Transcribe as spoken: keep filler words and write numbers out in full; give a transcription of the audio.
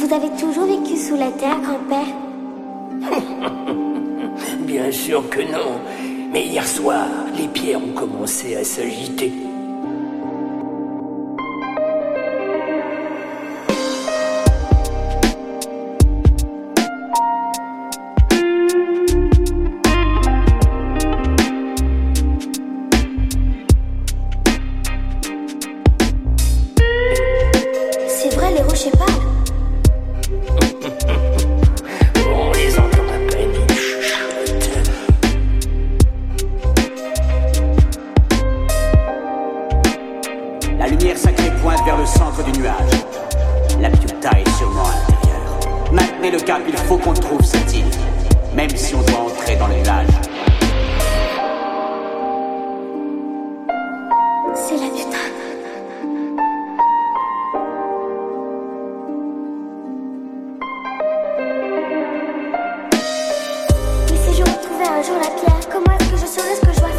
Vous avez toujours vécu sous la terre, grand-père? Bien sûr que non. Mais hier soir, les pierres ont commencé à s'agiter. C'est vrai, les rochers parlent. On les entend à peine, ils chuchotent. La lumière sacrée pointe vers le centre du nuage. La Piuta est sûrement à l'intérieur. Maintenez le cap, il faut qu'on trouve cette île. Même si on doit entrer dans le nuage. C'est la putain. Mais si je retrouvais un jour la pierre, comment est-ce que je saurais ce que je dois faire?